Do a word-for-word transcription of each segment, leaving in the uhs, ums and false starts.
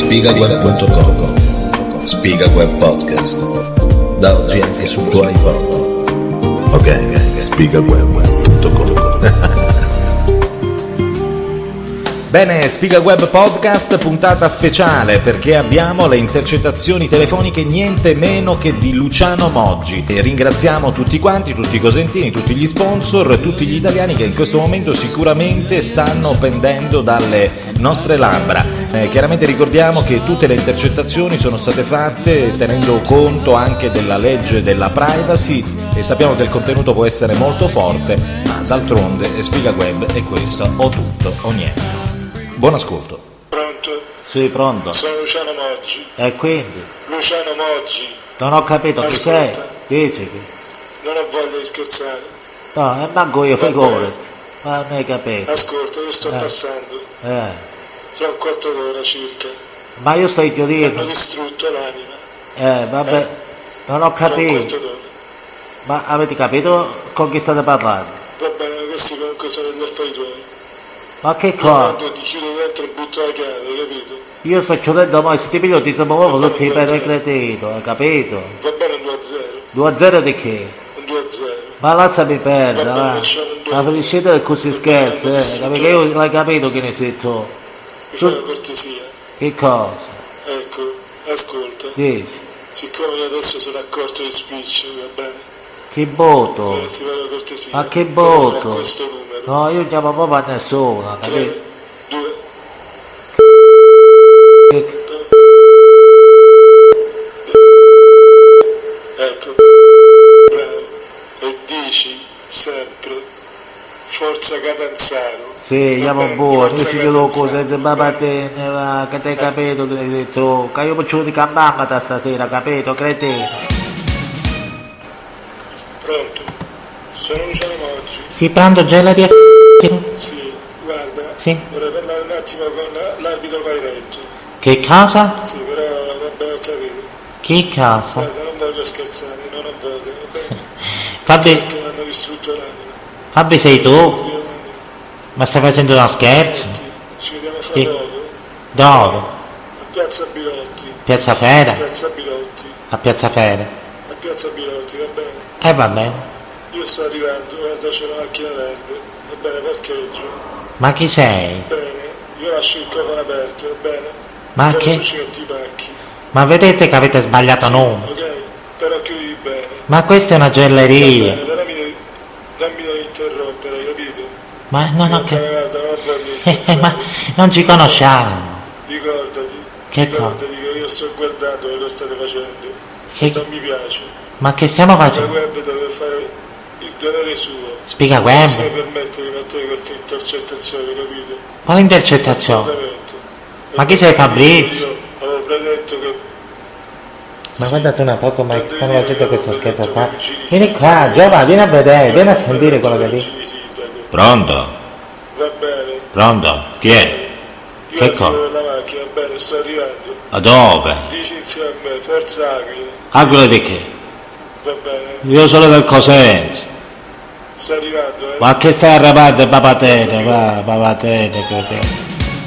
Spigaweb punto com. Spigaweb Podcast. Da oggi anche sul tuo iPhone. Ok, Spigaweb punto com. Bene, Spigaweb Podcast, puntata speciale perché abbiamo le intercettazioni telefoniche niente meno che di Luciano Moggi. E ringraziamo tutti quanti, tutti i cosentini, tutti gli sponsor, tutti gli italiani che in questo momento sicuramente stanno pendendo dalle nostre labbra. Eh, chiaramente ricordiamo che tutte le intercettazioni sono state fatte tenendo conto anche della legge della privacy e sappiamo che il contenuto può essere molto forte, ma d'altronde Spigaweb è questo, o tutto o niente. Buon ascolto. Pronto? Sì, pronto. Sono Luciano Moggi. E quindi? Luciano Moggi. Non ho capito chi sei. Dici che? Non ho voglia di scherzare. No, e manco io, figurati. Ma non hai capito. Ascolta, io sto eh. passando. Eh. Fra un quarto d'ora circa. Ma io sto chiudendo. Hanno distrutto l'anima. Eh, vabbè. Eh. Non ho Fra un capito. quarto d'ora. Ma avete capito con chi state parlando? Va bene, questi comunque sono gli affari tuoi. Ma che Io cosa? quando ti chiudo dentro e butto la chiave, capito? Io sto chiudendo, ma se ti piglio ti muovo tutti i peri cretino, hai capito? Va bene un due a zero. due a zero di che? Un due a zero. Ma lasciami perdere, Va bene, va. facciamo un due. La felicità è così Va bene, scherzo, hanno eh. distrutto Perché io l'hai capito che ne sei tu. Mi fai una cortesia? Che cosa? Ecco, ascolta. Dici? Siccome io adesso sono accorto di spiccio, va bene? Che voto? Dovresti fare la cortesia. Ma che Telefono voto? a questo numero. No, io chiamo proprio a nessuno, capito? tre, due, ecco, bravo. E dici sempre Forza Catanzaro. Sì, Va chiamo bene, buono, io Forza ci chiedo Catanzaro, cose, se va papà bene. te ne va, che ti hai capito, che hai detto, che io faccio di campagna da stasera, capito, cretino? Pronto? Sono Luciano Moggi. Si prendo gelati a Sì, guarda, Sì. vorrei parlare un attimo con l'arbitro Pairetto. Che cosa? Sì, però vabbè, ho capito. Che cosa? Guarda, non voglio scherzare, non ho voglia, va bene? Fabio, Perché mi hanno distrutto l'anima. Fabio sei tu? Oddio, l'anima. Ma stai facendo uno scherzo? Senti, ci vediamo fra Sì. poco. Dove? A Piazza Bilotti. Piazza Fera? Piazza Bilotti. A Piazza Fera? A Piazza Bilotti, va bene? Eh va bene. Io sto arrivando, guarda c'è una macchina verde, va bene, parcheggio. Ma chi sei? Bene, io lascio il cofano aperto, va bene? Ma Te lo che- metti i pacchi. Ma vedete che avete sbagliato Sì, numero? ok? Però chiudi bene. Ma questa è una Va gelleria. bene, però mi devi, non mi devi interrompere, capito? Ma non Sì, ho va bene, capito. guarda, non ho voglia di Eh, scherzare. ma non ci conosciamo. Ricordati, Che ricordati che io sto guardando quello che state facendo. Che- E non mi piace. Ma che stiamo Il facendo? web deve fare il dovere suo. Spiega Non si web. permette di mettere queste intercettazioni, capito? Quale intercettazione? Assolutamente. Ma E chi sei, poi Fabrizio? Io avevo predetto che... Ma Sì, guardate una poco, ma non devi stanno dire facendo che questo avevo scherzo predetto qua. Perugini Vieni sindaco. qua, Giova, vieni a vedere, vieni a Avevo sentire quello che predetto dici. Perugini sindaco. Pronto? Va bene. Pronto? Chi è? Io Che arrivo cosa? con la macchina, va bene, sto arrivando. A dove? Dici insieme a me, Forza Aquile. Aquila di che? Va bene. Io sono del Cosenza. Sto arrivando, eh. Ma che stai arrabbiando, papatene? Va, papatene, cretino.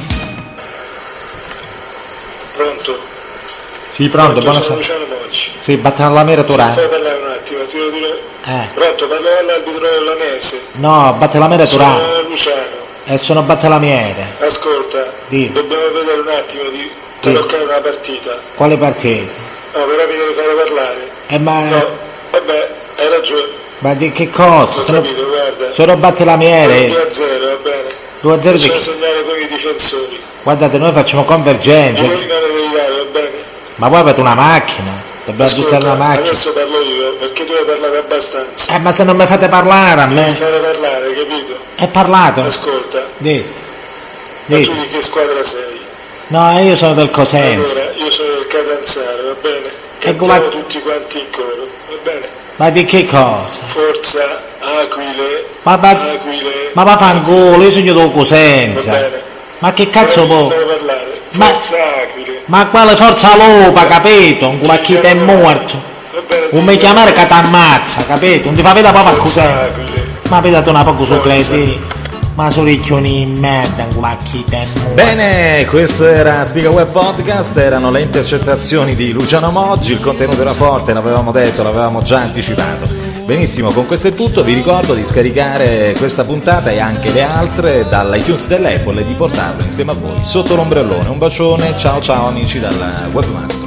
Pronto? Sì, pronto, Sono buonasera. Luciano Moggi. Sì, batte la mera Se tura. fai parlare un attimo, ti devo dire... Eh. Pronto, parlo all'arbitro Lanese. No, batte la mera tura. Sono Luciano. E sono batte la miele. Ascolta, Sì. dobbiamo vedere un attimo di taroccare una partita. Quale partito? No, però mi devi fare parlare. Eh ma. No, vabbè, hai ragione. Ma di che cosa? Ho Sono, capito, guarda. sono batte la È un miele. due a zero, va bene. due a zero di Facciamo che? segnare con i difensori. Guardate, noi facciamo I convergenza. gol non ne devi dare, va bene? Ma voi avete una macchina. Dobbiamo aggiustare Ascolta, una macchina. adesso parlo io, perché tu hai parlato abbastanza. Eh ma se non mi fate parlare a Mi devi me. fare parlare, capito? È parlato. Ascolta, Dì. ma Dì. tu di che squadra sei? No, io sono del Cosenza. Allora, io sono del Catanzaro, va bene? Ecco, Cantiamo ma- tutti quanti in coro, va bene? Ma di che cosa? Forza, Aquile, Ma va, Aquile, ma va fanculo, io sono del va Cosenza. bene? Ma che cazzo Però mi vuoi? devi fare parlare. Ma- Forza, Aquile. Ma quale forza lupa, capito? Un culo chi è morto. Va bene, Non mi ti chiamare che chiamo. ti ammazza, capito? Non ti fa vedere proprio a Forza, cos'è. Aquile. Ma vedete una poco su Forza. credito. Ma soricchioni in merda, guacchita. Bene, questo era Spiga Web Podcast, erano le intercettazioni di Luciano Moggi, il contenuto era forte, l'avevamo detto, l'avevamo già anticipato. Benissimo, con questo è tutto, vi ricordo di scaricare questa puntata e anche le altre dall'iTunes dell'Apple e di portarlo insieme a voi sotto l'ombrellone. Un bacione, ciao ciao amici dal webmaster.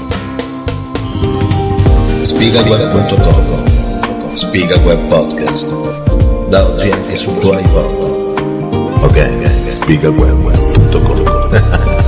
Spigaweb punto com Spiga Web Podcast, da oggi anche sul tuo iPod. Ok, spigaweb punto com